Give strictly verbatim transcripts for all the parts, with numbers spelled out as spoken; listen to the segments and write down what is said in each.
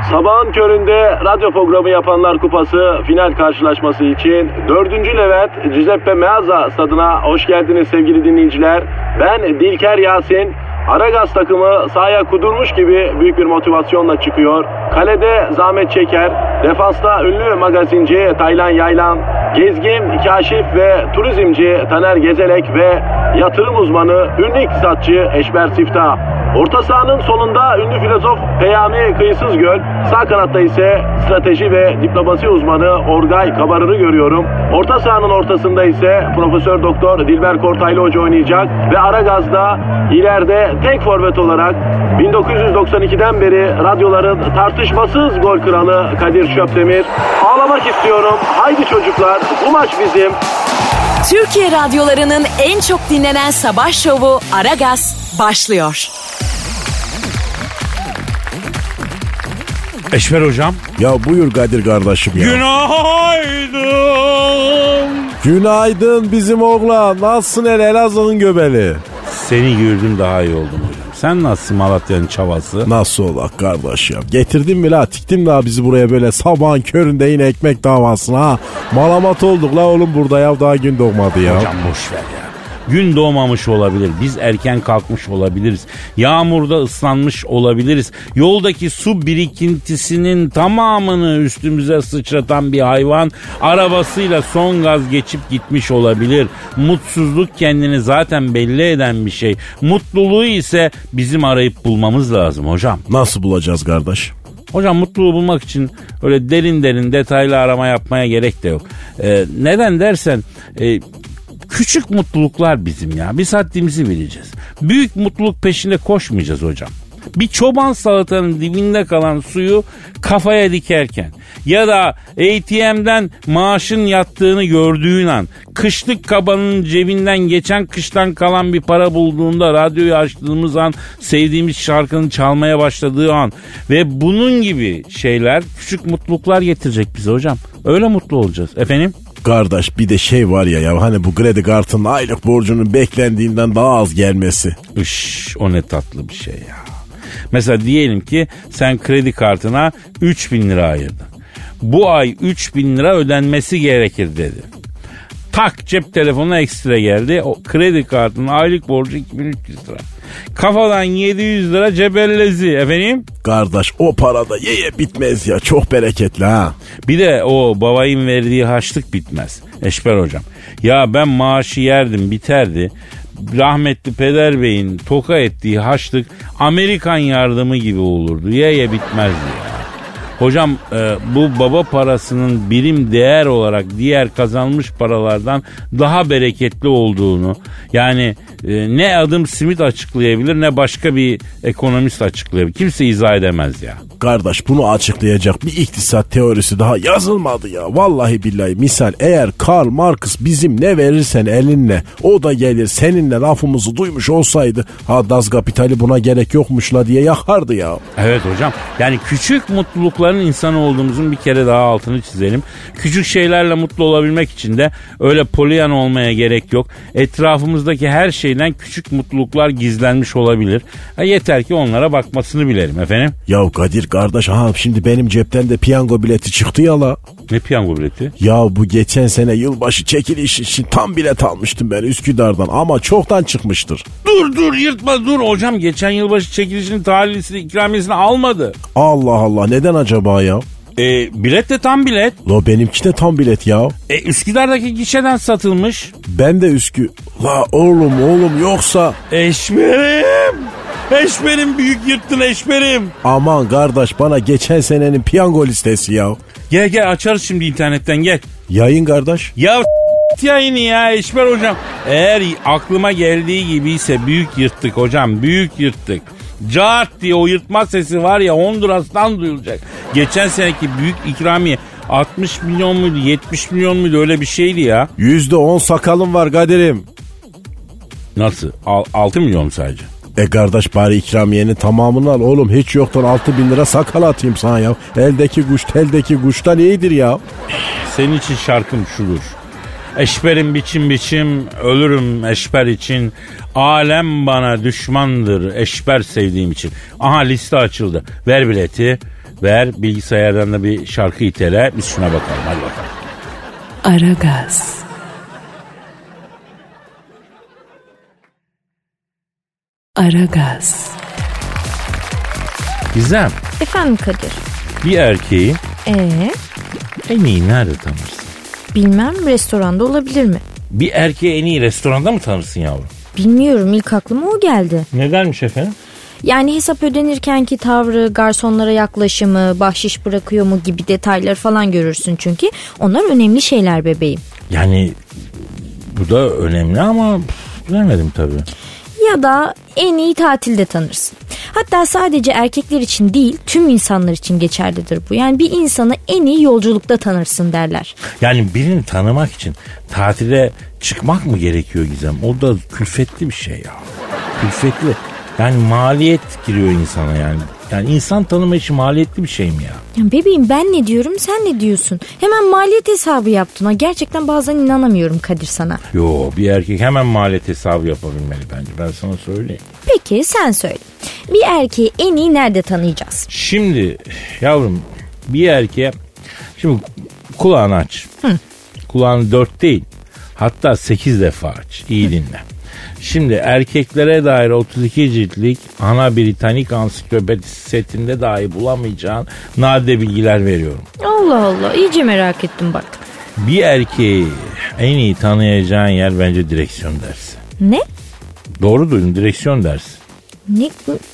Sabahın köründe radyo programı yapanlar kupası final karşılaşması için dördüncü Levent Giuseppe Meazza stadına hoş geldiniz sevgili dinleyiciler. Ben Dilker Yasin. Aragaz takımı sahaya kudurmuş gibi büyük bir motivasyonla çıkıyor. Kalede zahmet çeker. Defansta ünlü magazinci Taylan Yaylan, gezgin, kaşif ve turizmci Taner Gezelek ve yatırım uzmanı ünlü iktisatçı Eşber Siftah. Orta sahanın solunda ünlü filozof Peyami Kıyısızgöl, sağ kanatta ise strateji ve diplomasi uzmanı Orgay Kabarır'ı görüyorum. Orta sahanın ortasında ise Profesör Doktor Dilber Kortaylı Hoca oynayacak ve Aragaz'da ileride tek forvet olarak bin dokuz yüz doksan ikiden beri radyoların tartışmasız gol kralı Kadir Şöpdemir. Ağlamak istiyorum. Haydi çocuklar, bu maç bizim. Türkiye radyolarının en çok dinlenen sabah şovu Aragaz başlıyor. Eşber hocam. Ya buyur Kadir kardeşim ya. Günaydın. Günaydın bizim oğlan. Nasılsın el Elazığ'ın göbeli? Seni gördüm daha iyi oldum hocam. Sen nasılsın Malatya'nın çavası? Nasıl olak kardeş ya? Getirdin mi la? Tiktin daha bizi buraya böyle sabahın köründe yine ekmek davasına ha. Malamat olduk la oğlum burada ya, daha gün doğmadı ya. Hocam boş ver ya. Gün doğmamış olabilir. Biz erken kalkmış olabiliriz. Yağmurda ıslanmış olabiliriz. Yoldaki su birikintisinin tamamını üstümüze sıçratan bir hayvan arabasıyla son gaz geçip gitmiş olabilir. Mutsuzluk kendini zaten belli eden bir şey. Mutluluğu ise bizim arayıp bulmamız lazım hocam. Nasıl bulacağız kardeş? Hocam mutluluğu bulmak için öyle derin derin detaylı arama yapmaya gerek de yok. Ee, neden dersen... E, Küçük mutluluklar bizim ya. Biz haddimizi bileceğiz. Büyük mutluluk peşinde koşmayacağız hocam. Bir çoban salatanın dibinde kalan suyu kafaya dikerken ya da A T M'den maaşın yattığını gördüğün an, kışlık kabanın cebinden geçen kıştan kalan bir para bulduğunda radyoyu açtığımız an, sevdiğimiz şarkının çalmaya başladığı an ve bunun gibi şeyler küçük mutluluklar getirecek bize hocam. Öyle mutlu olacağız. Efendim? Kardeş bir de şey var ya ya hani bu kredi kartının aylık borcunun beklendiğinden daha az gelmesi. Üş, o ne tatlı bir şey ya. Mesela diyelim ki sen kredi kartına üç bin lira ayırdın. Bu ay üç bin lira ödenmesi gerekir dedi. Tak cep telefonuna ekstra geldi. O kredi kartının aylık borcu iki bin üç yüz lira. Kafadan yedi yüz lira cebellezi efendim. Kardeş o parada yeye bitmez ya, çok bereketli ha. Bir de o babayın verdiği harçlık bitmez Eşber hocam. Ya ben maaşı yerdim biterdi. Rahmetli Peder Bey'in toka ettiği harçlık Amerikan yardımı gibi olurdu. Yeye bitmezdi ya. Hocam e, bu baba parasının birim değer olarak diğer kazanmış paralardan daha bereketli olduğunu, yani e, ne Adam Smith açıklayabilir ne başka bir ekonomist açıklayabilir. Kimse izah edemez ya. Kardeş bunu açıklayacak bir iktisat teorisi daha yazılmadı ya. Vallahi billahi misal eğer Karl Marx bizim ne verirsen elinle o da gelir seninle lafımızı duymuş olsaydı, ha Das Kapital'i buna gerek yokmuş la diye yakardı ya. Evet hocam, yani küçük mutlulukların insanı olduğumuzun bir kere daha altını çizelim. Küçük şeylerle mutlu olabilmek için de öyle polyan olmaya gerek yok. Etrafımızdaki her şeyden küçük mutluluklar gizlenmiş olabilir. Ha, yeter ki onlara bakmasını bilelim efendim. Ya Kadir kardeş, ha şimdi benim cepten de piyango bileti çıktı ya la. Ne piyango bileti? Ya bu geçen sene yılbaşı çekiliş için tam bilet almıştım ben Üsküdar'dan ama çoktan çıkmıştır. Dur dur yırtma dur hocam, geçen yılbaşı çekilişinin tarihlisini ikramiyesini almadı. Allah Allah, neden acaba ya? E, bilet de tam bilet. La benimki de tam bilet ya. E, Üsküdar'daki gişeden satılmış. Ben de Üskü... La oğlum oğlum yoksa... Eşmerim. Eşmerim büyük yırttın eşmerim. Aman kardeş, bana geçen senenin piyango listesi ya. Gel gel açarız şimdi internetten gel. Yayın kardeş. Ya yayını ya Eşmer hocam. Eğer aklıma geldiği gibiyse büyük yırttık hocam, büyük yırttık. Cart diye o yırtma sesi var ya Honduras'tan duyulacak. Geçen seneki büyük ikramiye altmış milyon muydu yetmiş milyon muydu, öyle bir şeydi ya. yüzde on sakalım var Kadir'im. Nasıl? Al, altı milyon sadece. E kardeş bari ikramiyenin tamamını al oğlum, hiç yoktan altı bin lira sakal atayım sana ya. Eldeki kuş teldeki kuştan iyidir ya. Senin için şarkım şudur. Eşberim biçim biçim ölürüm eşber için. Alem bana düşmandır eşber sevdiğim için. Aha liste açıldı. Ver bileti. Ver bilgisayardan da bir şarkı itele. Biz şuna bakalım. Hadi bakalım. Aragaz. Aragaz. Gizem. Efendim Kadir. Bir erkeği Ee, en iyi nerede tanırsın? bilmem restoranda olabilir mi? Bir erkeği en iyi restoranda mı tanırsın yavrum? Bilmiyorum, ilk aklıma o geldi. Nedenmiş efendim? Yani hesap ödenirkenki tavrı, garsonlara yaklaşımı, bahşiş bırakıyor mu gibi detayları falan görürsün çünkü. Onlar önemli şeyler bebeğim. Yani bu da önemli ama pf, bilemedim tabii. Ya da en iyi tatilde tanırsın. Hatta sadece erkekler için değil, tüm insanlar için geçerlidir bu. Yani bir insanı en iyi yolculukta tanırsın derler. Yani birini tanımak için tatile çıkmak mı gerekiyor Gizem? O da külfetli bir şey ya. Külfetli. Yani maliyet giriyor insana yani. Yani insan tanıma için maliyetli bir şey mi ya? Ya bebeğim, ben ne diyorum, sen ne diyorsun? Hemen maliyet hesabı yaptın. Ha, gerçekten bazen inanamıyorum Kadir sana. Yo, bir erkek hemen maliyet hesabı yapabilmeli bence. Ben sana söyleyeyim. Peki sen söyle. Bir erkeği en iyi nerede tanıyacağız? Şimdi yavrum, bir erkeğe şimdi kulağını aç. Hı. Kulağını dört değil, hatta sekiz defa aç. İyi dinle. Şimdi erkeklere dair otuz iki ciltlik Ana Britanik Ansiklopedisi setinde dahi bulamayacağın nadide bilgiler veriyorum. Allah Allah, iyice merak ettim bak. Bir erkeği en iyi tanıyacağın yer bence direksiyon dersi. Ne? Doğru duydun, direksiyon dersi. Ne?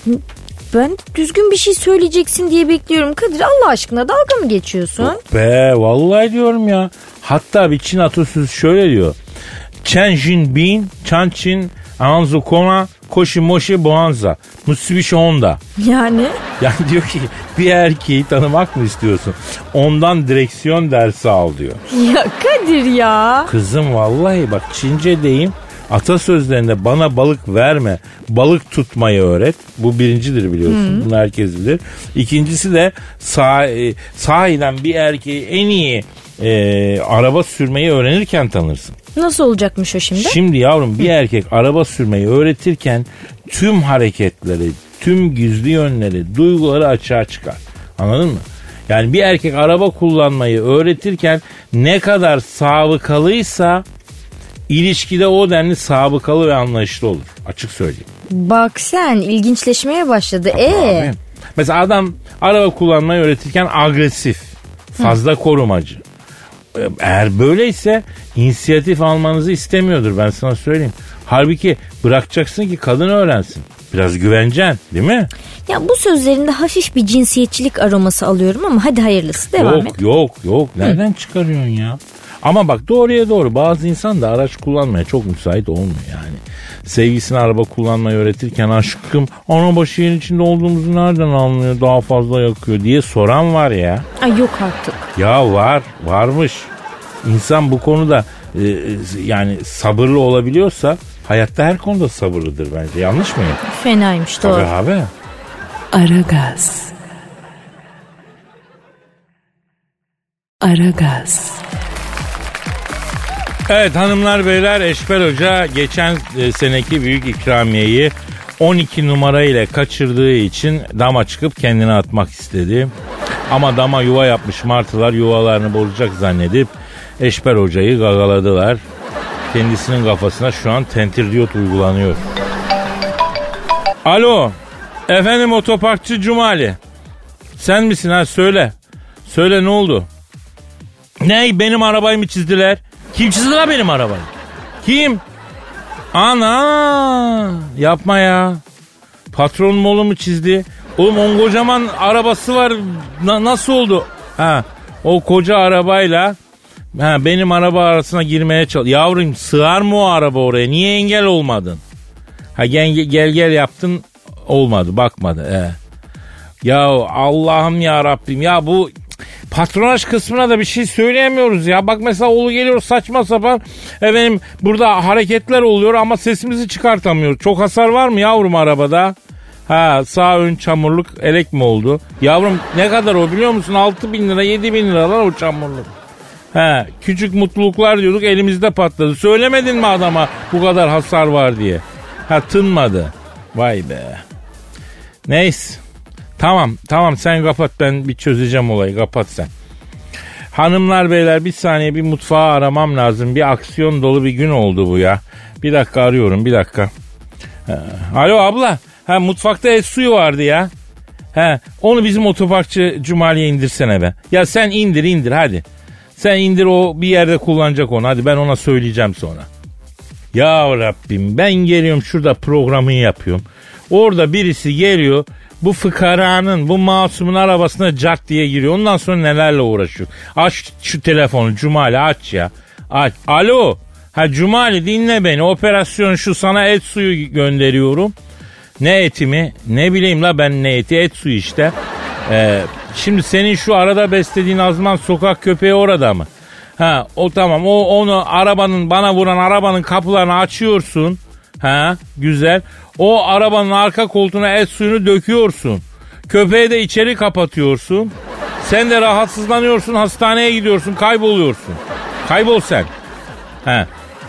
Ben düzgün bir şey söyleyeceksin diye bekliyorum Kadir. Allah aşkına dalga mı geçiyorsun? Yok be, vallahi diyorum ya. Hatta bir Çin atasözü şöyle diyor. Chen Jin Bin, Chan Chin, Anzu Kona, Koshi Moshi Boanza, Mitsubishi Honda. Yani? Yani diyor ki bir erkeği tanımak mı istiyorsun? Ondan direksiyon dersi al diyor. Ya Kadir ya. Kızım vallahi bak, Çince deyim. Atasözlerinde bana balık verme, balık tutmayı öğret. Bu birincidir biliyorsun. Hmm. Bunu herkes bilir. İkincisi de sah sahiden bir erkeği en iyi e, araba sürmeyi öğrenirken tanırsın. Nasıl olacakmış o şimdi? Şimdi yavrum, bir erkek araba sürmeyi öğretirken tüm hareketleri, tüm gizli yönleri, duyguları açığa çıkar. Anladın mı? Yani bir erkek araba kullanmayı öğretirken ne kadar sabıkalıysa İlişkide o denli sabıkalı ve anlayışlı olur. Açık söyleyeyim. Bak sen, ilginçleşmeye başladı. Ee? Mesela adam araba kullanmayı öğretirken agresif, fazla Hı. korumacı. Eğer böyleyse inisiyatif almanızı istemiyordur, ben sana söyleyeyim. Halbuki bırakacaksın ki kadın öğrensin. Biraz güvencen, değil mi? Ya bu sözlerinde hafif bir cinsiyetçilik aroması alıyorum ama hadi hayırlısı, devam yok, et. Yok yok yok. Nereden Hı. çıkarıyorsun ya? Ama bak, doğruya doğru, bazı insan da araç kullanmaya çok müsait olmuyor yani. Sevgisine araba kullanmayı öğretirken aşkım araba şehrin içinde olduğumuzu nereden anlıyor, daha fazla yakıyor diye soran var ya. Ay yok artık. Ya var, varmış. İnsan bu konuda e, yani sabırlı olabiliyorsa hayatta her konuda sabırlıdır bence. Yanlış mıyım? Fenaymış, doğru. Tabii abi. Aragaz. Aragaz. Evet hanımlar beyler, Eşber Hoca geçen e, seneki büyük ikramiyeyi on iki numara ile kaçırdığı için dama çıkıp kendini atmak istedi. Ama dama yuva yapmış martılar yuvalarını bozacak zannedip Eşber Hoca'yı gagaladılar. Kendisinin kafasına şu an tentirdiyot uygulanıyor. Alo, efendim otoparkçı Cumali. Sen misin ha, söyle. Söyle, ne oldu? Ne, benim arabayı mı çizdiler? Kim çizdi lan benim arabayı? Kim? Ana, yapma ya. Patronum oğlu mu çizdi? Oğlum onun kocaman arabası var. Na, nasıl oldu? Ha, o koca arabayla ha, benim araba arasına girmeye çalış. Yavrum, sığar mı o araba oraya? Niye engel olmadın? Ha, gel gel, gel yaptın, olmadı, bakmadı. He. Ya Allah'ım ya Rabbim ya, bu patronaj kısmına da bir şey söyleyemiyoruz ya. Bak mesela oğlu geliyor saçma sapan. Efendim burada hareketler oluyor ama sesimizi çıkartamıyoruz. Çok hasar var mı yavrum arabada? Ha, sağ ön çamurluk elek mi oldu? Yavrum ne kadar o biliyor musun? altı bin lira yedi bin lira lan o çamurluk. Ha, küçük mutluluklar diyorduk, elimizde patladı. Söylemedin mi adama bu kadar hasar var diye? Ha, tınmadı. Vay be. Neyse. Tamam tamam sen kapat, ben bir çözeceğim olayı, kapat sen. Hanımlar beyler bir saniye, bir mutfağı aramam lazım. Bir aksiyon dolu bir gün oldu bu ya. Bir dakika arıyorum, bir dakika. Ha. Alo abla. Ha, mutfakta et suyu vardı ya. Ha, onu bizim otoparkçı Cumali'ye indirsene be. Ya sen indir indir hadi. Sen indir, o bir yerde kullanacak onu. Hadi ben ona söyleyeceğim sonra. Ya Rabbim, ben geliyorum şurada programını yapıyorum. Orada birisi geliyor. Bu fıkaranın, bu masumun arabasına cart diye giriyor. Ondan sonra nelerle uğraşıyor. Aç şu telefonu Cumali, aç ya. Aç. Alo. Ha Cumali, dinle beni. Operasyon şu, sana et suyu gönderiyorum. Ne eti mi? Ne bileyim la ben ne eti? Et suyu işte. Ee, şimdi senin şu arada beslediğin azman sokak köpeği orada mı? Ha o tamam. O onu arabanın, bana vuran arabanın kapılarını açıyorsun. Ha güzel. O arabanın arka koltuğuna et suyunu döküyorsun. Köpeği de içeri kapatıyorsun. Sen de rahatsızlanıyorsun, hastaneye gidiyorsun, kayboluyorsun. Kaybol sen. Ha.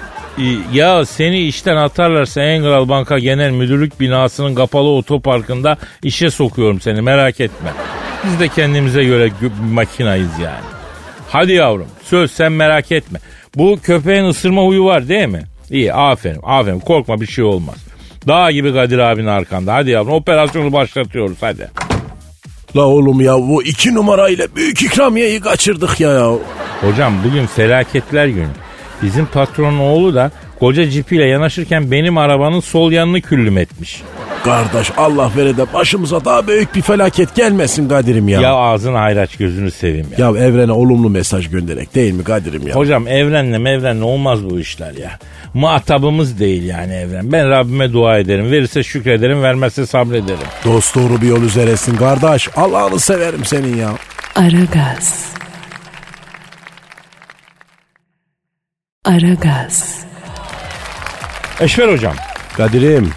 Ya seni işten atarlarsa Engral Banka Genel Müdürlük binasının kapalı otoparkında işe sokuyorum seni, merak etme. Biz de kendimize göre bir makinayız yani. Hadi yavrum, söz, sen merak etme. Bu köpeğin ısırma huyu var değil mi? İyi, aferin aferin, korkma, bir şey olmaz. Dağ gibi Kadir abinin arkanda. Hadi yavrum, operasyonu başlatıyoruz hadi. La oğlum ya, bu iki numarayla büyük ikramiyeyi kaçırdık ya ya. Hocam bugün felaketler günü. Bizim patronun oğlu da koca cipiyle yanaşırken benim arabanın sol yanını küllüm etmiş. Kardeş Allah vere de başımıza daha büyük bir felaket gelmesin Kadir'im ya. Ya ağzını hayraç, gözünü seveyim ya. Ya evrene olumlu mesaj göndererek değil mi Kadir'im ya? Hocam evrenle mevrenle olmaz bu işler ya. Muhatabımız değil yani evren. Ben Rabbime dua ederim. Verirse şükrederim, vermezse sabrederim. Dost doğru bir yol üzeresin kardeş. Allah'ını severim senin ya. Aragaz. Aragaz. Eşver hocam. Kadir'im.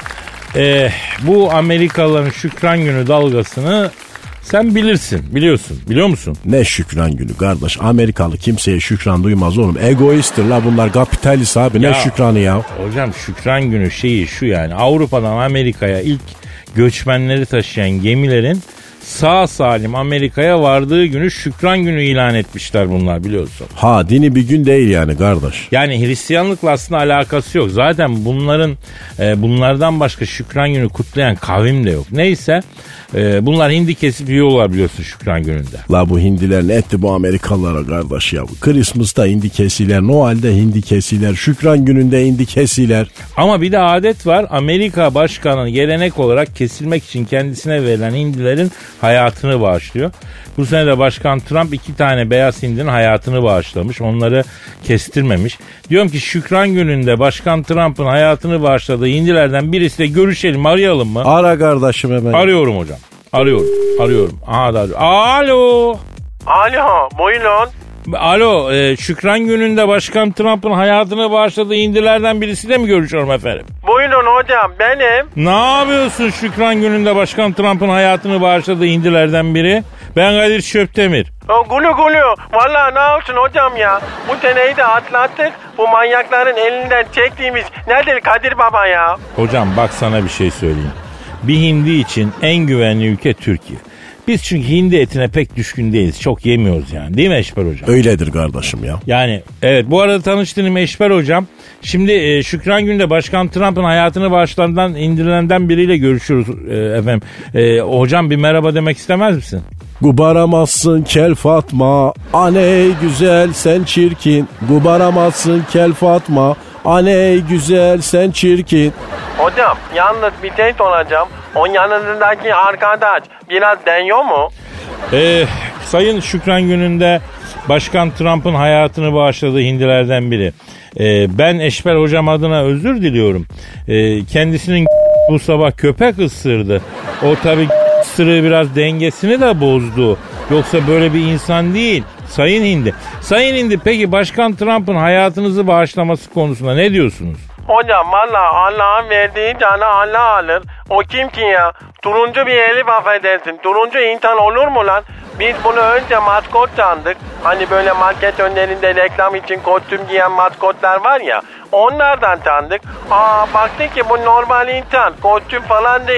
Ee, bu Amerikalıların Şükran Günü dalgasını sen bilirsin, biliyorsun, biliyor musun? Ne şükran günü kardeş, Amerikalı kimseye şükran duymaz oğlum, egoisttir la bunlar, kapitalist abi, ne ya, şükranı ya. Hocam Şükran Günü şeyi şu yani, Avrupa'dan Amerika'ya ilk göçmenleri taşıyan gemilerin sağ salim Amerika'ya vardığı günü Şükran Günü ilan etmişler bunlar, biliyorsun. Ha, dini bir gün değil yani kardeş. Yani Hristiyanlıkla aslında alakası yok. Zaten bunların e, bunlardan başka Şükran Günü kutlayan kavim de yok. Neyse e, bunlar hindi kesip yiyorlar biliyorsun Şükran Günü'nde. La bu hindiler ne etti bu Amerikalılara kardeş ya. Christmas'ta hindi kesiler, Noel'de hindi kesiler, Şükran Günü'nde hindi kesiler. Ama bir de adet var. Amerika Başkanı gelenek olarak kesilmek için kendisine verilen hindilerin hayatını bağışlıyor. Bu sene de Başkan Trump iki tane beyaz hindinin hayatını bağışlamış. Onları kestirmemiş. Diyorum ki Şükran Günü'nde Başkan Trump'ın hayatını bağışladığı hindilerden birisiyle görüşelim, arayalım mı? Ara kardeşim hemen. Arıyorum hocam. Arıyorum. Arıyorum. Aha da arıyorum. Alo. Alo, buyurun. Alo, e, Şükran Günü'nde Başkan Trump'ın hayatını bağışladığı hindilerden birisiyle mi görüşüyorum efendim? Buyurun hocam, benim. Ne yapıyorsun Şükran Günü'nde Başkan Trump'ın hayatını bağışladığı hindilerden biri? Ben Kadir Çöptemir. O, gulu gulu. Vallahi ne olsun hocam ya. Bu seneyi de atlattık. Bu manyakların elinden çektiğimiz nedir Kadir Baba ya? Hocam bak sana bir şey söyleyeyim. Bir hindi için en güvenli ülke Türkiye. Biz çünkü hindi etine pek düşkün değiliz. Çok yemiyoruz yani. Değil mi Eşber Hocam? Öyledir kardeşim ya. Yani evet, bu arada tanıştığım Eşber Hocam. Şimdi e, Şükran Günü'nde Başkan Trump'ın hayatını bağışlarından indirilenden biriyle görüşürüz e, efendim. E, hocam bir merhaba demek istemez misin? Gubaramazsın kel Fatma, aney güzel sen çirkin. Gubaramazsın kel Fatma, aney güzel sen çirkin. Hocam yalnız bir teyit olacağım. Onun yanındaki arkadaş biraz deniyor mu? Ee, Sayın Şükran Günü'nde Başkan Trump'ın hayatını bağışladığı hindilerden biri. Ee, ben Eşber Hocam adına özür diliyorum. Ee, kendisinin bu sabah köpek ısırdı. O tabii ısırığı biraz dengesini de bozdu. Yoksa böyle bir insan değil. Sayın Hindi. Sayın Hindi, peki Başkan Trump'ın hayatınızı bağışlaması konusunda ne diyorsunuz? Hocam valla Allah'ın verdiği canı Allah alır. O kim ki ya? Turuncu bir herif, affedersin. Turuncu insan olur mu lan? Biz bunu önce maskot sandık. Hani böyle market önlerinde reklam için kostüm giyen maskotlar var ya. Onlardan sandık. Aa baktık ki bu normal insan. Kostüm falan değil.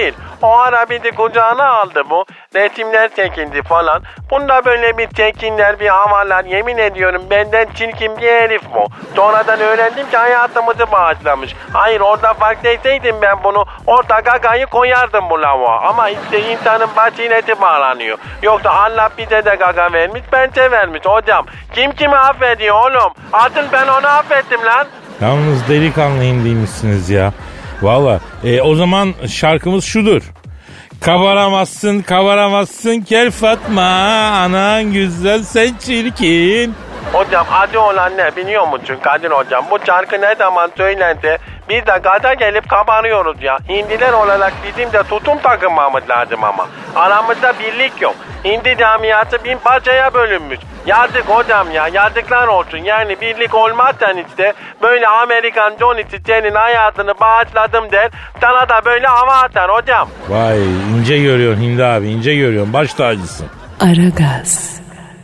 O ara bir de kucağına aldı bu. Resimler çekildi falan. Bunda böyle bir tekinler, bir havalar. Yemin ediyorum benden çirkin bir herif bu. Sonradan öğrendim ki hayatımızı bağışlamış. Hayır, orada fark etseydim ben bunu, orada gagayı koyardım bu lavuğa. Ama işte insanın basireti bağlanıyor. Yoksa Allah bize de gaga vermiş, bence vermiş hocam. Kim kimi affediyor oğlum? Asıl ben onu affettim lan. Yalnız delikanlıyım değilmişsiniz ya. Valla e, o zaman şarkımız şudur. Kabaramazsın kabaramazsın kel Fatma, anan güzel sen çirkin. Hocam adı olan ne biliyor musun Kadir hocam? Bu şarkı ne zaman söylense biz de gaza gelip kabarıyoruz ya. Hindiler olarak bizim de tutum takınmamız lazım ama. Aramızda birlik yok. Hindi camiası bin parçaya bölünmüş. Yazık hocam ya, yazıklar olsun. Yani birlik olmazsan işte böyle Amerikan Johnny'si senin hayatını bağışladım der. Sana da böyle hava atar hocam. Vay ince görüyorsun Hindi abi, ince görüyorsun, baş tacısın. Aragaz.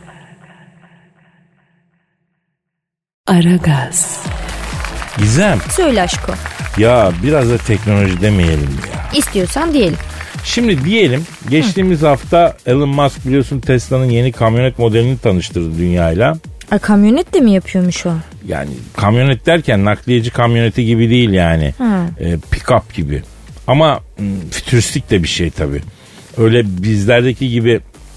Aragaz. Gizem. Söyle aşko. Ya biraz da teknoloji demeyelim ya. İstiyorsan diyelim. Şimdi diyelim geçtiğimiz Hı. hafta Elon Musk biliyorsun Tesla'nın yeni kamyonet modelini tanıştırdı dünyayla. A, kamyonet de mi yapıyormuş o? Yani kamyonet derken nakliyeci kamyoneti gibi değil yani. E, pick-up gibi. Ama m, fütüristik de bir şey tabii. Öyle bizlerdeki gibi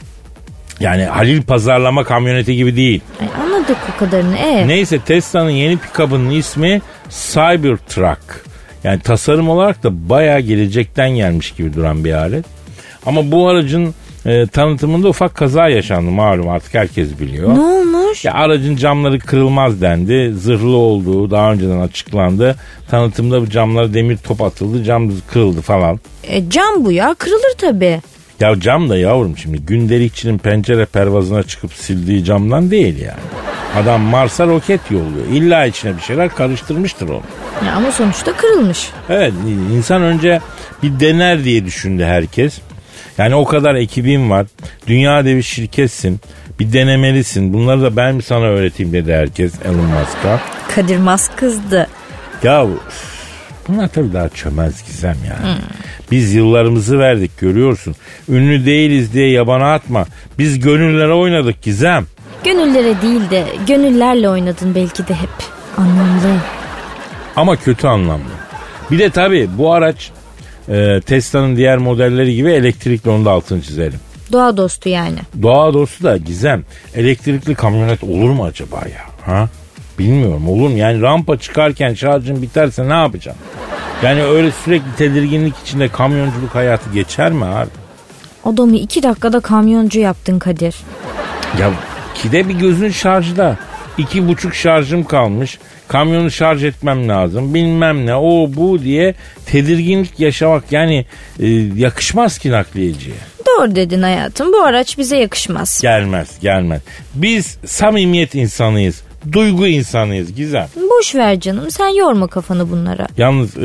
yani Halil pazarlama kamyoneti gibi değil. Ay, anladık o kadarını. Ee? Neyse Tesla'nın yeni pick-up'ının ismi Cybertruck. Yani tasarım olarak da bayağı gelecekten gelmiş gibi duran bir alet. Ama bu aracın e, tanıtımında ufak kaza yaşandı malum, artık herkes biliyor. Ne olmuş? Ya, aracın camları kırılmaz dendi. Zırhlı olduğu daha önceden açıklandı. Tanıtımda bu camlara demir top atıldı, cam kırıldı falan. E, cam bu ya, kırılır tabii. Ya cam da yavrum şimdi gündelikçinin pencere pervazına çıkıp sildiği camdan değil yani. Adam Mars'a roket yolluyor. İlla içine bir şeyler karıştırmıştır onu. Ya ama sonuçta kırılmış. Evet, insan önce bir dener diye düşündü herkes. Yani o kadar ekibin var. Dünya devi şirketsin. Bir denemelisin. Bunları da ben mi sana öğreteyim dedi herkes Elon Musk'a. Kadir Musk kızdı. Ya bunlar tabii daha çömez Gizem yani. Hmm. Biz yıllarımızı verdik görüyorsun. Ünlü değiliz diye yabana atma. Biz gönüllere oynadık Gizem. Gönüllere değil de gönüllerle oynadın belki de hep. Anlamlı. Ama kötü anlamlı. Bir de tabii bu araç e, Tesla'nın diğer modelleri gibi elektrikli, onu da altını çizelim. Doğa dostu yani. Doğa dostu da Gizem. Elektrikli kamyonet olur mu acaba ya? Ha? Bilmiyorum, olur mu? Yani rampa çıkarken şarjın biterse ne yapacaksın? Yani öyle sürekli tedirginlik içinde kamyonculuk hayatı geçer mi abi? Adamı iki dakikada kamyoncu yaptın Kadir. Ya ki de bir gözün şarjda. İki buçuk şarjım kalmış. Kamyonu şarj etmem lazım. Bilmem ne o bu diye tedirginlik yaşamak yani e, yakışmaz ki nakliyeciye. Doğru dedin hayatım. Bu araç bize yakışmaz. Gelmez gelmez. Biz samimiyet insanıyız. Duygu insanıyız Gizem. Boş ver canım, sen yorma kafanı bunlara. Yalnız e,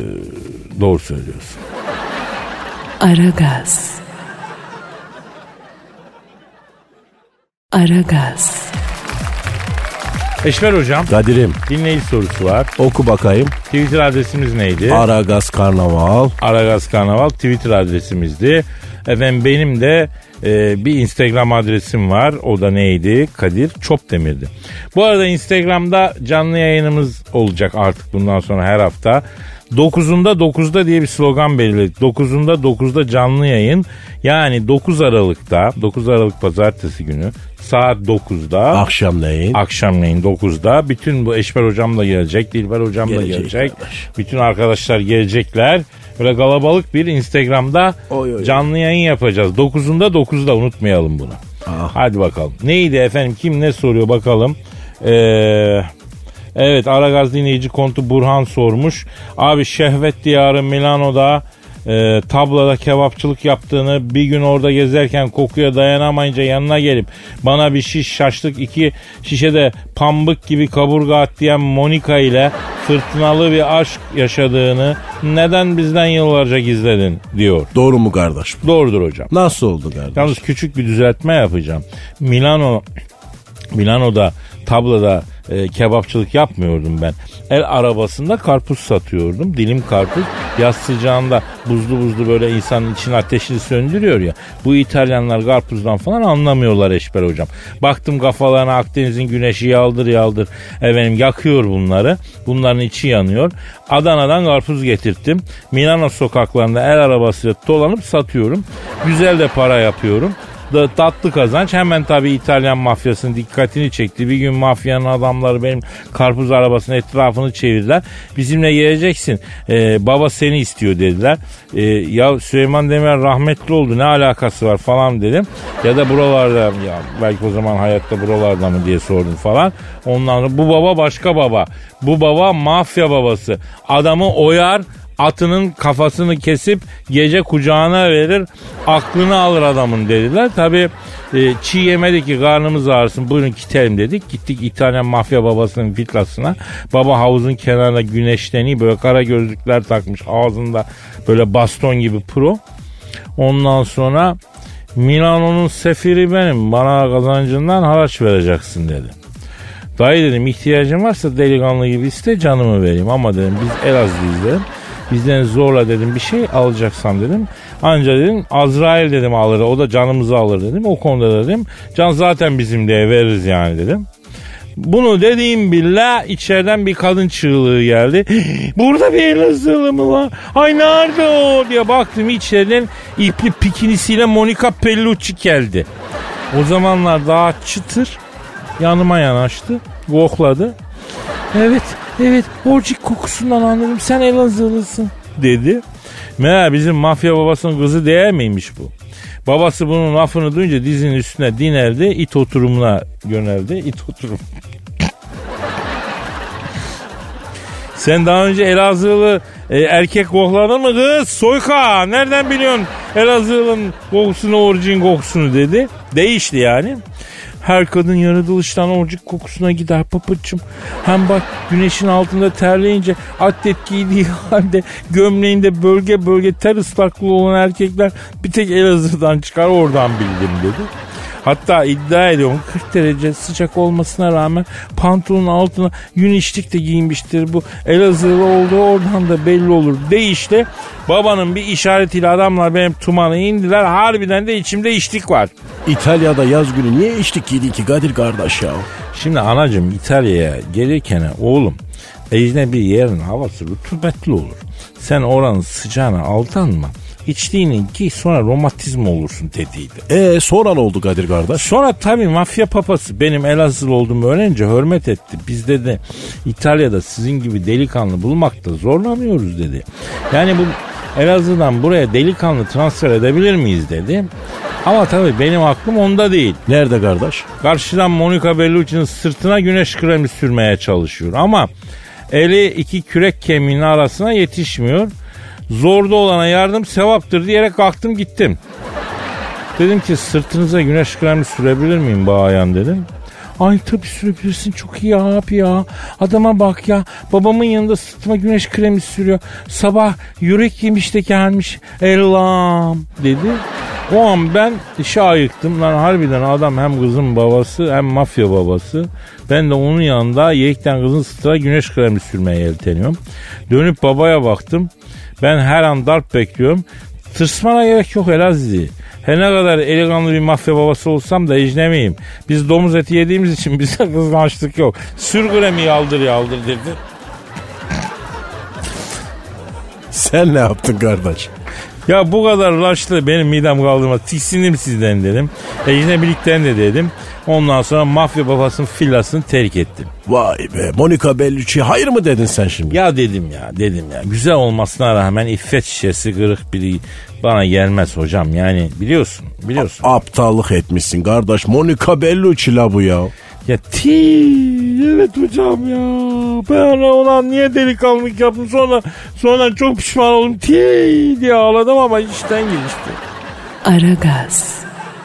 doğru söylüyorsun. Aragaz. Aragaz. Eşver hocam. Kadir'im. Dinleyici sorusu var. Oku bakayım. Twitter adresimiz neydi? Aragaz Karnaval. Aragaz Karnaval Twitter adresimizdi. Efendim benim de e, bir Instagram adresim var. O da neydi? Kadir Çopdemir'di. Bu arada Instagram'da canlı yayınımız olacak artık bundan sonra her hafta. dokuzunda dokuzda diye bir slogan belirledik. dokuzunda dokuzda canlı yayın. Yani dokuz Aralık'ta, dokuz Aralık Pazartesi günü saat dokuzda. Akşamleyin. Akşamleyin dokuzda. Bütün bu Eşber hocam da gelecek. Dilber hocam da gelecek. gelecek. Bütün arkadaşlar gelecekler. Böyle kalabalık bir Instagram'da oy, oy, canlı yayın yapacağız. dokuzunda dokuzda unutmayalım bunu. Ah. Hadi bakalım. Neydi efendim? Kim ne soruyor bakalım. Eee... Evet, Aragaz dinleyici kontu Burhan sormuş. Abi şehvet diyarı Milano'da e, tablada kebapçılık yaptığını, bir gün orada gezerken kokuya dayanamayınca yanına gelip bana bir şiş şaşlık iki şişe de pambık gibi kaburga at diyen Monika ile fırtınalı bir aşk yaşadığını neden bizden yıllarca gizledin diyor. Doğru mu kardeş? Doğrudur hocam. Nasıl oldu kardeş? Yalnız küçük bir düzeltme yapacağım. Milano Milano'da tablada e, kebapçılık yapmıyordum ben. El arabasında karpuz satıyordum. Dilim karpuz. yaz sıcağında buzlu buzlu böyle insanın için ateşini söndürüyor ya. Bu İtalyanlar karpuzdan falan anlamıyorlar Eşber hocam. Baktım kafalarına Akdeniz'in güneşi yaldır yaldır efendim yakıyor bunları. Bunların içi yanıyor. Adana'dan karpuz getirttim. Milano sokaklarında el arabasıyla dolanıp satıyorum. Güzel de para yapıyorum. Da, tatlı kazanç. Hemen tabii İtalyan mafyasının dikkatini çekti. Bir gün mafyanın adamları benim karpuz arabasının etrafını çevirdiler. Bizimle geleceksin. Ee, baba seni istiyor dediler. Ee, ya Süleyman Demirel rahmetli oldu. Ne alakası var falan dedim. Ya da buralarda ya belki o zaman hayatta buralarda mı diye sordum falan. Ondan sonra bu baba başka baba. Bu baba mafya babası. Adamı oyar, atının kafasını kesip gece kucağına verir, aklını alır adamın dediler. Tabii e, çiğ yemedi ki karnımız ağrısın, buyurun gidelim dedik. Gittik İtalyan mafya babasının villasına. Baba havuzun kenarında güneşleniyor, böyle kara gözlükler takmış, ağzında böyle baston gibi pro. Ondan sonra Milano'nun sefiri benim, bana kazancından haraç vereceksin dedi. Dayı dedim, ihtiyacın varsa delikanlı gibi iste, canımı vereyim, ama dedim biz Elazığ'lıyız dedim. Bizden zorla dedim bir şey alacaksam dedim. Anca dedim Azrail dedim alır, o da canımızı alır dedim. O konuda dedim can zaten bizim diye veririz yani dedim. Bunu dediğim billah içeriden bir kadın çığlığı geldi. Burada bir Elazığlı mı var? Ay nerede o diye baktım, içeriden ipli pikinisiyle Monica Bellucci geldi. O zamanlar daha çıtır, yanıma yanaştı, kokladı. Evet, evet, orcik kokusundan anladım, sen Elazığlısın dedi. Meğer bizim mafya babasının kızı değil miymiş bu? Babası bunun lafını duyunca dizinin üstüne dinerdi, it oturumuna yöneldi. İt oturum. Sen daha önce Elazığlı e, erkek kokladın mı kız? Soyka, nereden biliyorsun Elazığlı'nın kokusunu, orcin kokusunu dedi. Değişti yani. Her kadın yaratılıştan orcik kokusuna gider papaçım. Hem bak güneşin altında terleyince atlet giydiği halde gömleğinde bölge bölge ter ıslaklığı olan erkekler bir tek Elazığ'dan çıkar, oradan bildim dedi. Hatta iddia ediyorum kırk derece sıcak olmasına rağmen pantolonun altına yün içlik de giymiştir. Bu Elazığlı olduğu oradan da belli olur. Değişti. Babanın bir işaretiyle adamlar benim tumanı indiler. Harbiden de içimde içlik var. İtalya'da yaz günü niye içlik giydin ki Kadir kardeş ya? Şimdi anacığım İtalya'ya gelirken oğlum ecnebi yerin havası rutubetli olur. Sen oranın sıcağına aldanma. İçtiğini giy, sonra romatizma olursun dediydi. Eee sonra ne oldu Kadir kardeş? Sonra tabii mafya papası benim Elazığlı olduğumu öğrenince hürmet etti. Biz dedi İtalya'da sizin gibi delikanlı bulmakta zorlanıyoruz dedi. Yani bu Elazığ'dan buraya delikanlı transfer edebilir miyiz dedi. Ama tabii benim aklım onda değil. Nerede kardeş? Karşıdan Monica Bellucci'nin sırtına güneş kremi sürmeye çalışıyor. Ama eli iki kürek kemiğinin arasına yetişmiyor. Zorda olana yardım sevaptır diyerek kalktım gittim. Dedim ki sırtınıza güneş kremi sürebilir miyim bayan dedim. Ay tabii sürebilirsin, çok iyi abi ya. Adama bak ya, babamın yanında sırtıma güneş kremi sürüyor. Sabah yürek yemiş de gelmiş Ellam dedi. O an ben işe ayıktım. Lan harbiden adam hem kızın babası hem mafya babası. Ben de onun yanında yekten kızın sırtına güneş kremi sürmeye yelteniyorum. Dönüp babaya baktım. Ben her an darp bekliyorum. Tırsmana gerek yok Elazığ. Her ne kadar eleganlı bir mafya babası olsam da ecnemiyim. Biz domuz eti yediğimiz için bize kızgınçlık yok. Sür kremi yaldır yaldır dedi. Sen ne yaptın kardeş? Ya bu kadar ulaştı benim midem kaldırmaz. Tiksindim sizden dedim. Ecnebilikten de dedim. Ondan sonra mafya babasının villasını terk ettim. Vay be, Monica Bellucci hayır mı dedin sen şimdi? Ya dedim ya dedim ya. Güzel olmasına rağmen iffet şişesi kırık biri bana gelmez hocam. Yani biliyorsun biliyorsun. A- aptallık etmişsin kardeş. Monica Bellucci la bu ya. Ya ti evet hocam ya. Ben ona niye delikanlılık yaptım, sonra sonra çok pişman oldum ti diye ağladım ama işten gelişti. Aragaz.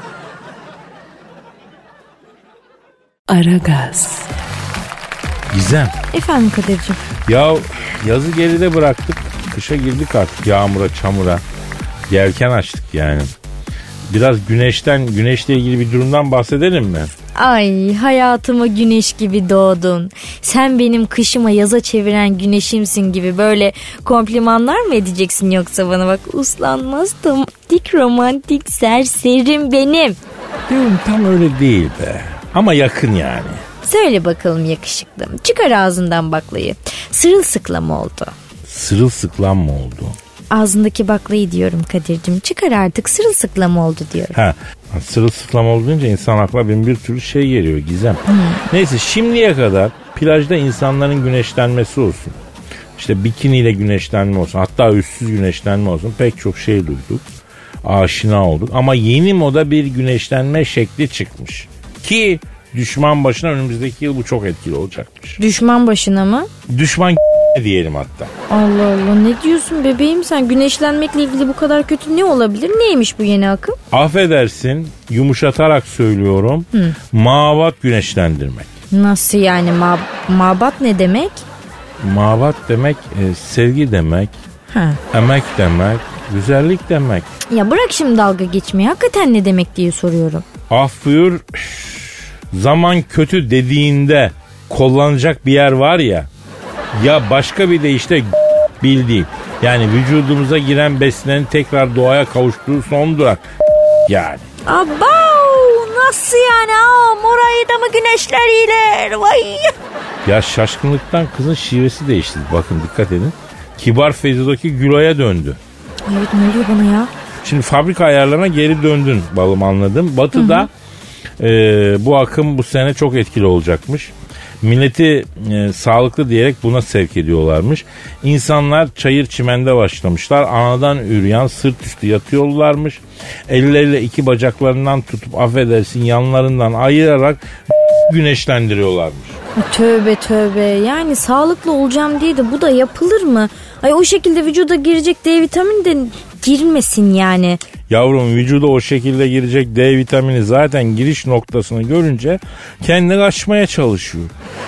Aragaz. Gizem. Efendim Kadir'cim. Ya yazı geride bıraktık. Kışa girdik artık, yağmura çamura. Yelken açtık yani. Biraz güneşten, güneşle ilgili bir durumdan bahsedelim mi? Ay hayatıma güneş gibi doğdun. Sen benim kışıma yaza çeviren güneşimsin gibi böyle komplimanlar mı edeceksin yoksa bana? Bak uslanmaz dik romantik serserim benim. Diyorum tam öyle değil be. Ama yakın yani. Söyle bakalım yakışıklım. Çıkar ağzından baklayı. Sırılsıklam oldu. Sırılsıklam mı oldu? Ağzındaki baklayı diyorum Kadir'cim. Çıkar artık sırılsıklam oldu diyorum. Ha, sırılsıklam olunca insan aklına bin bir türlü şey geliyor Gizem. Hmm. Neyse şimdiye kadar plajda insanların güneşlenmesi olsun. İşte bikiniyle güneşlenme olsun. Hatta üstsüz güneşlenme olsun. Pek çok şey duyduk. Aşina olduk. Ama yeni moda bir güneşlenme şekli çıkmış. Ki düşman başına önümüzdeki yıl bu çok etkili olacakmış. Düşman başına mı? Düşman diyelim hatta. Allah Allah ne diyorsun bebeğim sen? Güneşlenmekle ilgili bu kadar kötü ne olabilir? Neymiş bu yeni akım? Affedersin yumuşatarak söylüyorum. Hı. Mabat güneşlendirmek. Nasıl yani? Ma- mabat ne demek? Mabat demek e, sevgi demek. Ha. Emek demek. Güzellik demek. Ya bırak şimdi dalga geçmeyi. Hakikaten ne demek diye soruyorum. Af buyur. Zaman kötü dediğinde kullanacak bir yer var ya. Ya başka bir de işte bildiğin. Yani vücudumuza giren besinlerin tekrar doğaya kavuştuğu son durak. Yani. Abav nasıl yani? Aa, morayı da mı güneşleriyle? Vay. Ya şaşkınlıktan kızın şivesi değişti. Bakın dikkat edin. Kibar Feyzo'daki Gülay'a döndü. Evet ne oluyor bana ya? Şimdi fabrika ayarlarına geri döndün balım anladım. Batı'da e, bu akım bu sene çok etkili olacakmış. Milleti e, sağlıklı diyerek buna sevk ediyorlarmış. İnsanlar çayır çimende başlamışlar. Anadan üryan sırt üstü yatıyorlarmış. Elleriyle iki bacaklarından tutup affedersin yanlarından ayırarak güneşlendiriyorlarmış. Tövbe tövbe yani sağlıklı olacağım diye de bu da yapılır mı? Ay o şekilde vücuda girecek D vitamini de girmesin yani. Yavrum vücuda o şekilde girecek D vitamini zaten giriş noktasını görünce kendi kaçmaya çalışıyor.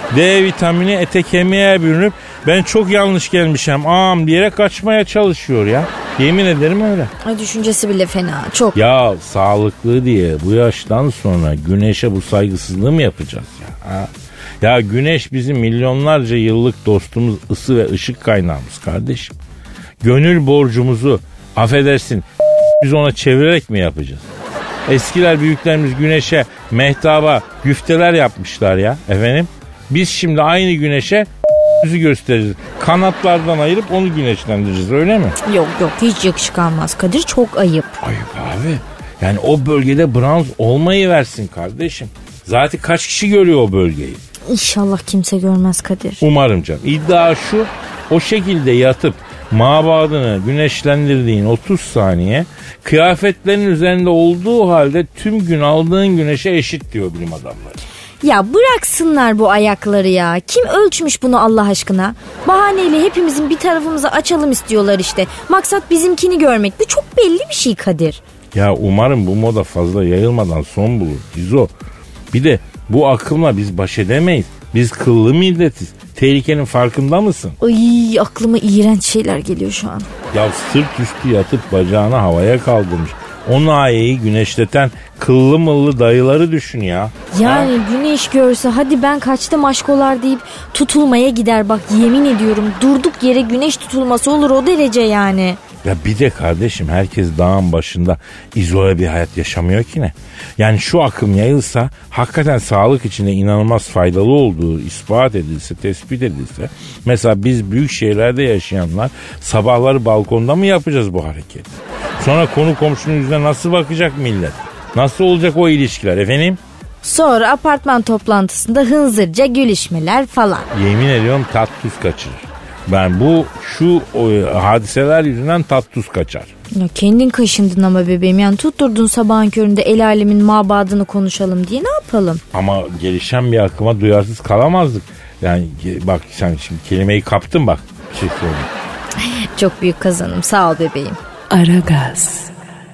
D vitamini ete kemiğe bürünüp ben çok yanlış gelmişim ağam diyerek kaçmaya çalışıyor ya. Yemin ederim öyle. Ay düşüncesi bile fena çok. Ya sağlıklı diye bu yaştan sonra güneşe bu saygısızlığı mı yapacağız ya? Ha? Ya güneş bizim milyonlarca yıllık dostumuz, ısı ve ışık kaynağımız kardeşim. Gönül borcumuzu affedersin biz ona çevirerek mi yapacağız? Eskiler büyüklerimiz güneşe, mehtaba, güfteler yapmışlar ya efendim. Biz şimdi aynı güneşe yüzü göstereceğiz. Kanatlardan ayırıp onu güneşlendireceğiz öyle mi? Yok yok hiç yakışık almaz Kadir çok ayıp. Ayıp abi. Yani o bölgede bronz olmayı versin kardeşim. Zaten kaç kişi görüyor o bölgeyi? İnşallah kimse görmez Kadir. Umarım canım. İddia şu, o şekilde yatıp mabadını güneşlendirdiğin otuz saniye kıyafetlerin üzerinde olduğu halde tüm gün aldığın güneşe eşit diyor bilim adamları. Ya bıraksınlar bu ayakları ya. Kim ölçmüş bunu Allah aşkına? Bahaneyle hepimizin bir tarafımızı açalım istiyorlar işte. Maksat bizimkini görmek. Bu çok belli bir şey Kadir. Ya umarım bu moda fazla yayılmadan son bulur. Gizo. Bir de bu akımla biz baş edemeyiz. Biz kıllı milletiz. Tehlikenin farkında mısın? Ay aklıma iğrenç şeyler geliyor şu an. Ya sırt üstü yatıp bacağını havaya kaldırmış. O nayeyi güneşleten kıllı mıllı dayıları düşün ya. Yani ha? Güneş görse hadi ben kaçtım aşkolar deyip tutulmaya gider bak yemin ediyorum. Durduk yere güneş tutulması olur o derece yani. Ya bir de kardeşim herkes dağın başında izole bir hayat yaşamıyor ki ne? Yani şu akım yayılsa hakikaten sağlık içinde inanılmaz faydalı olduğu ispat edilse, tespit edilse. Mesela biz büyük şehirlerde yaşayanlar sabahları balkonda mı yapacağız bu hareketi? Sonra konu komşunun yüzüne nasıl bakacak millet? Nasıl olacak o ilişkiler efendim? Sonra apartman toplantısında hınzırca gülüşmeler falan. Yemin ediyorum tat tuz kaçırır. Ben bu şu o, hadiseler yüzünden tat tuz kaçar. Ya kendin kaşındın ama bebeğim yani tutturdun sabahın köründe el alemin mabadını konuşalım diye ne yapalım? Ama gelişen bir akıma duyarsız kalamazdık. Yani bak sen şimdi kelimeyi kaptın bak. Bir şey söyleyeyim. Çok büyük kazanım sağ ol bebeğim. Aragaz.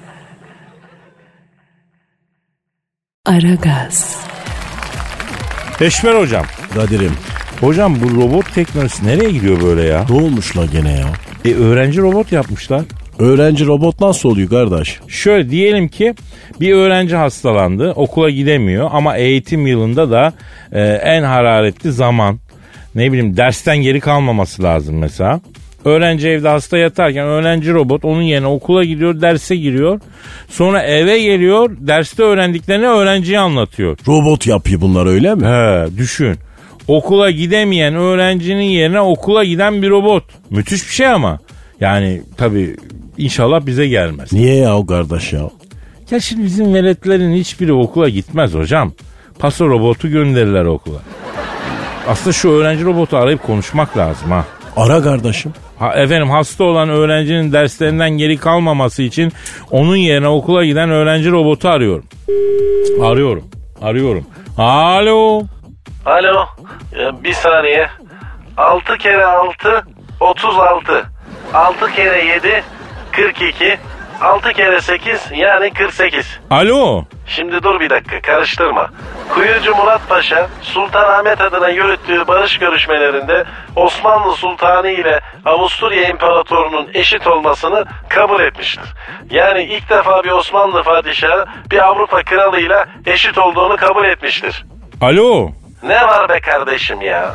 Aragaz. Eşmer hocam. Kadir'im. Hocam bu robot teknolojisi nereye gidiyor böyle ya? Ne olmuş la gene ya? E öğrenci robot yapmışlar. Öğrenci robot nasıl oluyor kardeş? Şöyle diyelim ki bir öğrenci hastalandı, okula gidemiyor ama eğitim yılında da e, en hararetli zaman, ne bileyim dersten geri kalmaması lazım mesela. Öğrenci evde hasta yatarken öğrenci robot onun yerine okula gidiyor, derse giriyor. Sonra eve geliyor, derste öğrendiklerini öğrenciye anlatıyor. Robot yapıyor bunlar, öyle mi? He, düşün. Okula gidemeyen öğrencinin yerine okula giden bir robot. Müthiş bir şey ama. Yani tabii inşallah bize gelmez. Niye ya kardeş ya? Ya şimdi bizim veletlerin hiçbiri okula gitmez hocam. Paso robotu gönderirler okula. Aslında şu öğrenci robotu arayıp konuşmak lazım ha. Ara kardeşim. Ha, efendim hasta olan öğrencinin derslerinden geri kalmaması için onun yerine okula giden öğrenci robotu arıyorum. Arıyorum. Arıyorum. Alo. Alo. Ee, bir saniye. altı kere altı otuz altı. altı kere yedi kırk iki. altı kere sekiz yani kırk sekiz. Alo. Şimdi dur bir dakika, karıştırma. Kuyucu Murat Paşa Sultanahmet adına yürüttüğü barış görüşmelerinde Osmanlı Sultanı ile Avusturya İmparatorunun eşit olmasını kabul etmiştir. Yani ilk defa bir Osmanlı padişahı bir Avrupa kralıyla eşit olduğunu kabul etmiştir. Alo. Ne var be kardeşim ya?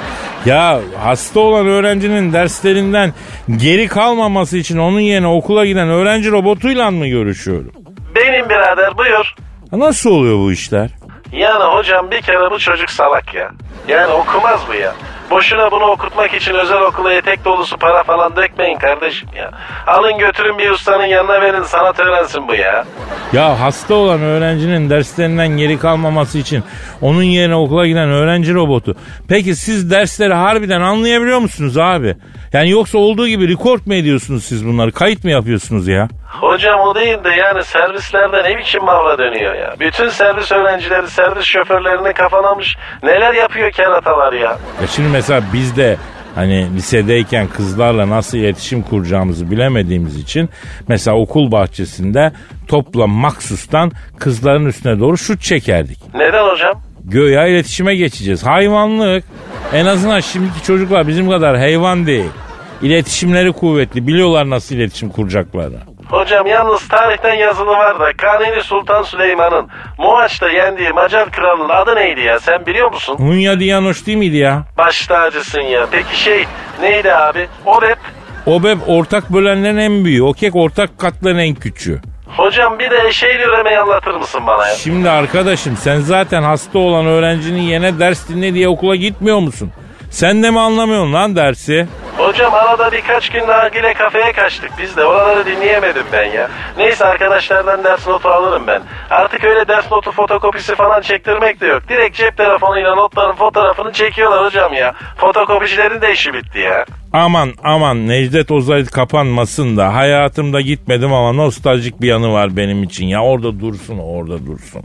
Ya hasta olan öğrencinin derslerinden geri kalmaması için onun yerine okula giden öğrenci robotuyla mı görüşüyorum? Benim birader, buyur. Nasıl oluyor bu işler? Yani hocam bir kere bu çocuk salak ya. Yani okumaz bu ya. Boşuna bunu okutmak için özel okula etek dolusu para falan dökmeyin kardeşim ya. Alın götürün bir ustanın yanına verin, sanat öğrensin bu ya. Ya hasta olan öğrencinin derslerinden geri kalmaması için onun yerine okula giden öğrenci robotu. Peki siz dersleri harbiden anlayabiliyor musunuz abi? Yani yoksa olduğu gibi rekord mu ediyorsunuz siz bunları? Kayıt mı yapıyorsunuz ya? Hocam o değil de yani servislerde ne biçim mavra dönüyor ya. Bütün servis öğrencileri servis şoförlerini kafalamış. Neler yapıyor keratalar ya. Ya şimdi mesela biz de hani lisedeyken kızlarla nasıl iletişim kuracağımızı bilemediğimiz için mesela okul bahçesinde topla maksustan kızların üstüne doğru şut çekerdik. Neden hocam? Göya iletişime geçeceğiz. Hayvanlık. En azından şimdiki çocuklar bizim kadar hayvan değil. İletişimleri kuvvetli. Biliyorlar nasıl iletişim kuracaklarını. Hocam yalnız tarihten yazılı var da Kanuni Sultan Süleyman'ın Mohaç'ta yendiği Macar kralının adı neydi ya, sen biliyor musun? Hunya Dianoş değil miydi ya? Baş tacısın ya. Peki şey neydi abi? Obep. Obep ortak bölenlerin en büyüğü. Okek ortak katların en küçüğü. Hocam bir de eşeğli üremeyi anlatır mısın bana ya? Şimdi arkadaşım sen zaten hasta olan öğrencinin yerine ders dinle diye okula gitmiyor musun? Sen de mi anlamıyorsun lan dersi? Hocam arada birkaç gün nargile kafeye kaçtık biz de, oraları dinleyemedim ben ya. Neyse arkadaşlardan ders notu alırım ben. Artık öyle ders notu fotokopisi falan çektirmek de yok. Direkt cep telefonuyla notların fotoğrafını çekiyorlar hocam ya. Fotokopicilerin de işi bitti ya. Aman aman Necdet Ozayt kapanmasın da hayatımda gitmedim ama nostaljik bir yanı var benim için ya. Orada dursun, orada dursun.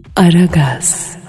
Aragaz.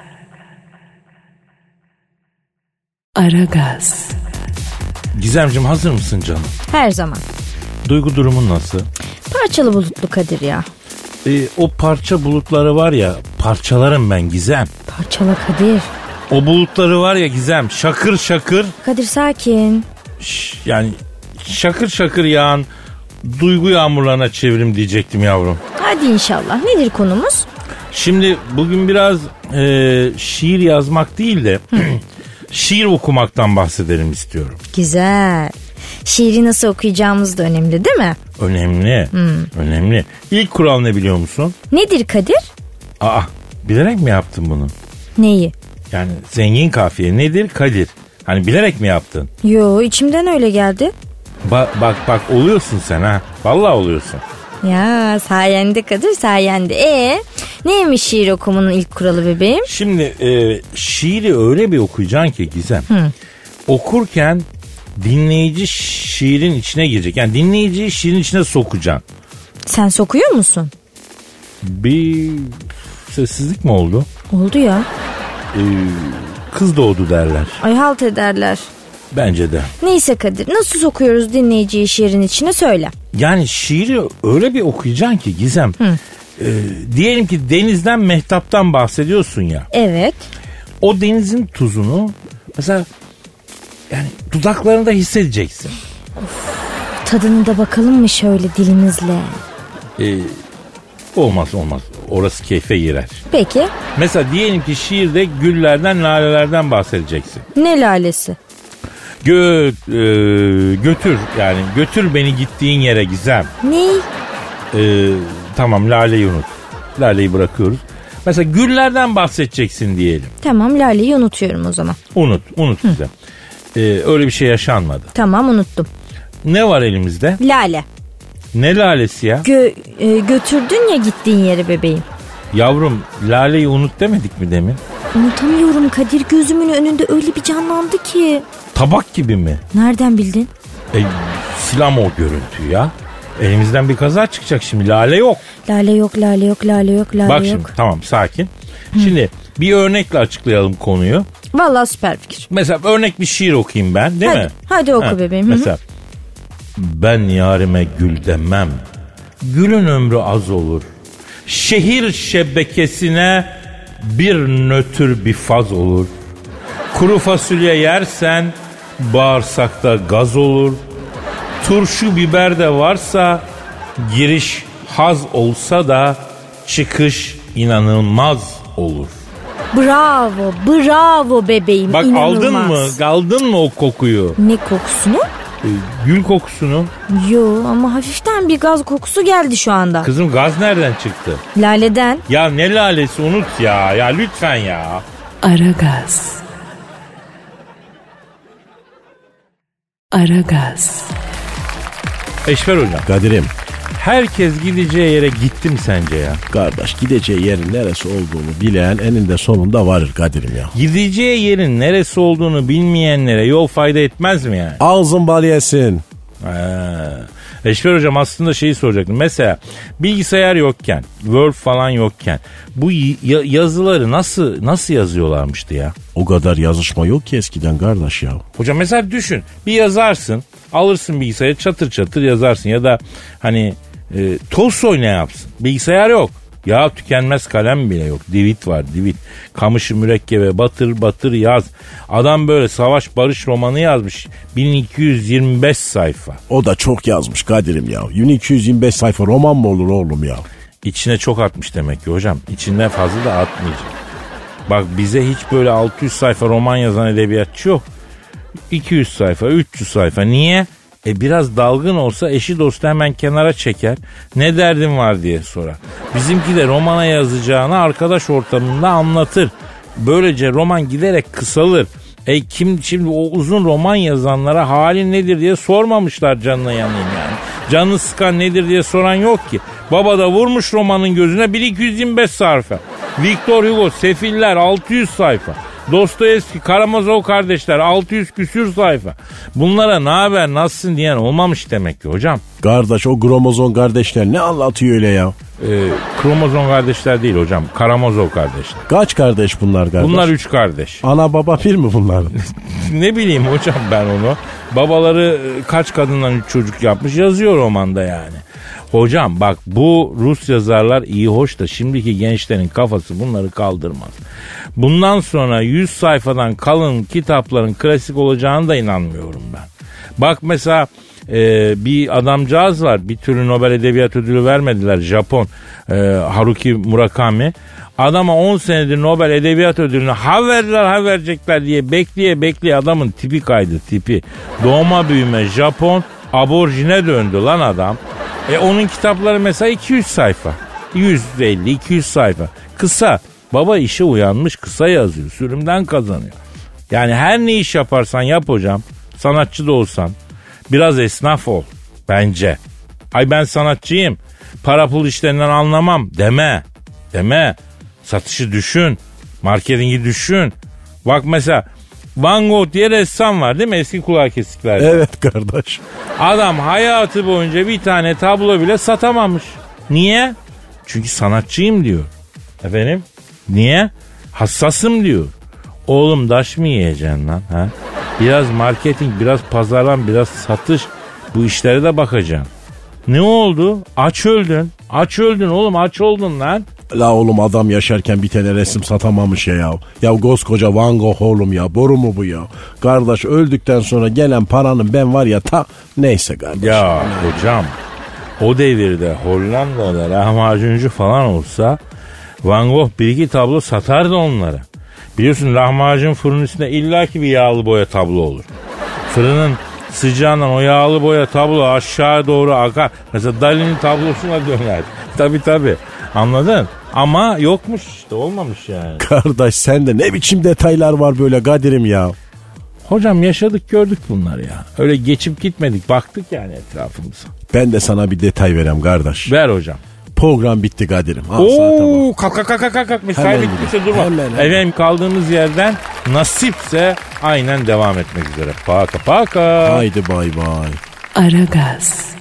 Aragaz. Gizemciğim hazır mısın canım? Her zaman. Duygu durumun nasıl? Parçalı bulutlu Kadir ya. Ee, o parça bulutları var ya, parçalarım ben Gizem. Parçala Kadir. O bulutları var ya Gizem, şakır şakır. Kadir sakin. Şş, yani şakır şakır yağan duygu yağmurlarına çevirim diyecektim yavrum. Hadi inşallah. Nedir konumuz? Şimdi bugün biraz e, şiir yazmak değil de şiir okumaktan bahsedelim istiyorum. Güzel. Şiiri nasıl okuyacağımız da önemli değil mi? Önemli. Hmm. Önemli. İlk kural ne biliyor musun? Nedir Kadir? Aa, bilerek mi yaptın bunu? Neyi? Yani zengin kafiye nedir Kadir? Hani bilerek mi yaptın? Yo, içimden öyle geldi. Bak bak bak oluyorsun sen ha. Vallahi oluyorsun. Ya sayende Kadir, sayende. Ee, neymiş şiir okumanın ilk kuralı bebeğim? Şimdi e, şiiri öyle bir okuyacaksın ki Gizem. Hı. Okurken dinleyici şiirin içine girecek. Yani dinleyiciyi şiirin içine sokacaksın. Sen sokuyor musun? Bir sessizlik mi oldu? Oldu ya. Ee, kız doğdu derler. Ay halt ederler. Bence de. Neyse Kadir, nasıl sokuyoruz dinleyiciyi şiirin içine söyle. Yani şiiri öyle bir okuyacaksın ki Gizem. Hı. E, diyelim ki denizden, mehtaptan bahsediyorsun ya. Evet. O denizin tuzunu mesela yani dudaklarında hissedeceksin. Of, Tadını da bakalım mı şöyle dilinizle? Ee, olmaz olmaz. Orası keyfe girer. Peki. Mesela diyelim ki şiirde güllerden, lalelerden bahsedeceksin. Ne lalesi? Gö, e, götür yani götür beni gittiğin yere Gizem. Ne? Ee, tamam laleyi unut. Laleyi bırakıyoruz. Mesela güllerden bahsedeceksin diyelim. Tamam, laleyi unutuyorum o zaman. Unut, unut Gizem. Ee, öyle bir şey yaşanmadı. Tamam, unuttum. Ne var elimizde? Lale. Ne lalesi ya? Gö e, götürdün ya gittiğin yere bebeğim. Yavrum laleyi unut demedik mi demin? Unutamıyorum Kadir, gözümün önünde öyle bir canlandı ki. Tabak gibi mi? Nereden bildin? E, silam o görüntü ya. Elimizden bir kaza çıkacak şimdi. Lale yok. Lale yok, lale yok, lale yok, lale Bak yok. şimdi tamam sakin. Hı. Şimdi bir örnekle açıklayalım konuyu. Vallahi süper fikir. Mesela örnek bir şiir okuyayım ben değil hadi, mi? Hadi oku ha, bebeğim. Mesela hı-hı. Ben yarime gül demem. Gülün ömrü az olur. Şehir şebekesine bir nötr bir faz olur. Kuru fasulye yersen bağırsakta gaz olur. Turşu biber de varsa giriş haz olsa da çıkış inanılmaz olur. Bravo, bravo bebeğim. Bak inanılmaz. aldın mı? Aldın mı o kokuyu? Ne kokusunu? Ee, gül kokusunu. Yo ama hafiften bir gaz kokusu geldi şu anda. Kızım gaz nereden çıktı? Laleden. Ya ne lalesi unut ya. Ya lütfen ya. Aragaz. Aragaz. Eşver hocam. Kadir'im. Herkes gideceği yere gitti mi sence ya? Kardeş gideceği yerin neresi olduğunu bilen eninde sonunda varır Kadir'im ya. Gideceği yerin neresi olduğunu bilmeyenlere yol fayda etmez mi yani? Ağzın bal yesin. Ee, Eşver hocam aslında şeyi soracaktım. Mesela bilgisayar yokken, Word falan yokken bu y- yazıları nasıl nasıl yazıyorlarmıştı ya? O kadar yazışma yok ki eskiden kardeş ya. Hocam mesela düşün bir yazarsın alırsın bilgisayarı çatır çatır yazarsın ya da hani e, Tolstoy ne yapsın? Bilgisayar yok. Ya tükenmez kalem bile yok. Divit var divit. Kamışı mürekkebe batır batır yaz. Adam böyle savaş barış romanı yazmış. bin iki yüz yirmi beş sayfa. O da çok yazmış Kadir'im ya. bin iki yüz yirmi beş sayfa roman mı olur oğlum ya? İçine çok atmış demek ki hocam. İçinden fazla da atmayacak. Bak bize hiç böyle altı yüz sayfa roman yazan edebiyatçı yok. iki yüz sayfa, üç yüz sayfa. Niye? E biraz dalgın olsa eşi dostu hemen kenara çeker. Ne derdin var diye sorar. Bizimki de romana yazacağını arkadaş ortamında anlatır. Böylece roman giderek kısalır. E kim şimdi o uzun roman yazanlara halin nedir diye sormamışlar canına yanayım yani. Canını sıkan nedir diye soran yok ki. Baba da vurmuş romanın gözüne bin iki yüz yirmi beş sayfa. Victor Hugo Sefiller altı yüz sayfa. Dostoyevski, Karamazov kardeşler altı yüz küsür sayfa. Bunlara ne haber nasılsın diyen olmamış demek ki hocam. Kardeş o kromozom kardeşler ne anlatıyor öyle ya? Ee, kromozom kardeşler değil hocam. Karamazov kardeşler. Kaç kardeş bunlar kardeş? Bunlar üç kardeş. Ana baba bir mi bunlar? Ne bileyim hocam ben onu. Babaları kaç kadından üç çocuk yapmış yazıyor romanda yani. Hocam bak bu Rus yazarlar iyi hoş da şimdiki gençlerin kafası bunları kaldırmaz. Bundan sonra yüz sayfadan kalın kitapların klasik olacağını da inanmıyorum ben. Bak mesela e, bir adamcağız var, bir türlü Nobel Edebiyat Ödülü vermediler, Japon e, Haruki Murakami. Adama on senedir Nobel Edebiyat Ödülünü ha verdiler ha verecekler diye bekleye bekleye adamın tipi kaydı tipi. Doğma büyüme Japon aborjine döndü lan adam. E onun kitapları mesela iki yüz sayfa. yüz elli iki yüz sayfa. Kısa. Baba işe uyanmış kısa yazıyor. Sürümden kazanıyor. Yani her ne iş yaparsan yap hocam. Sanatçı da olsan. Biraz esnaf ol. Bence. Ay ben sanatçıyım. Para pul işlerinden anlamam. Deme. Deme. Satışı düşün. Marketingi düşün. Bak mesela Van Gogh diye ressam var değil mi? Eski kulağı kesikler. Evet kardeş. Adam hayatı boyunca bir tane tablo bile satamamış. Niye? Çünkü sanatçıyım diyor. Efendim? Niye? Hassasım diyor. Oğlum daş mı yiyeceksin lan? Ha? Biraz marketing, biraz pazarlan, biraz satış. Bu işlere de bakacaksın. Ne oldu? Aç öldün. Aç öldün oğlum, aç oldun lan. La oğlum adam yaşarken bir tane resim satamamış ya ya. Ya koskoca Van Gogh oğlum ya. Boru mu bu ya? Kardeş öldükten sonra gelen paranın ben var ya ta... Neyse kardeş. Ya hocam o devirde Hollanda'da lahmacuncu falan olsa Van Gogh bir iki tablo satardı onlara. Biliyorsun lahmacun fırının üstünde illaki bir yağlı boya tablo olur. Fırının sıcağından o yağlı boya tablo aşağı doğru akar. Mesela Dali'nin tablosuna döner. Tabii tabii. Anladın? Ama yokmuş işte, olmamış yani. Kardeş sende ne biçim detaylar var böyle Kadir'im ya. Hocam yaşadık gördük bunları ya. Öyle geçip gitmedik, baktık yani etrafımıza. Ben de sana bir detay vereyim kardeş. Ver hocam. Program bitti Kadir'im. Ooo kalk kalk kalk kalk kalk. Mesai bittiyse durma. Hemen, hemen. Efendim kaldığımız yerden nasipse aynen devam etmek üzere. Paka paka. Haydi bay bay. Aragaz.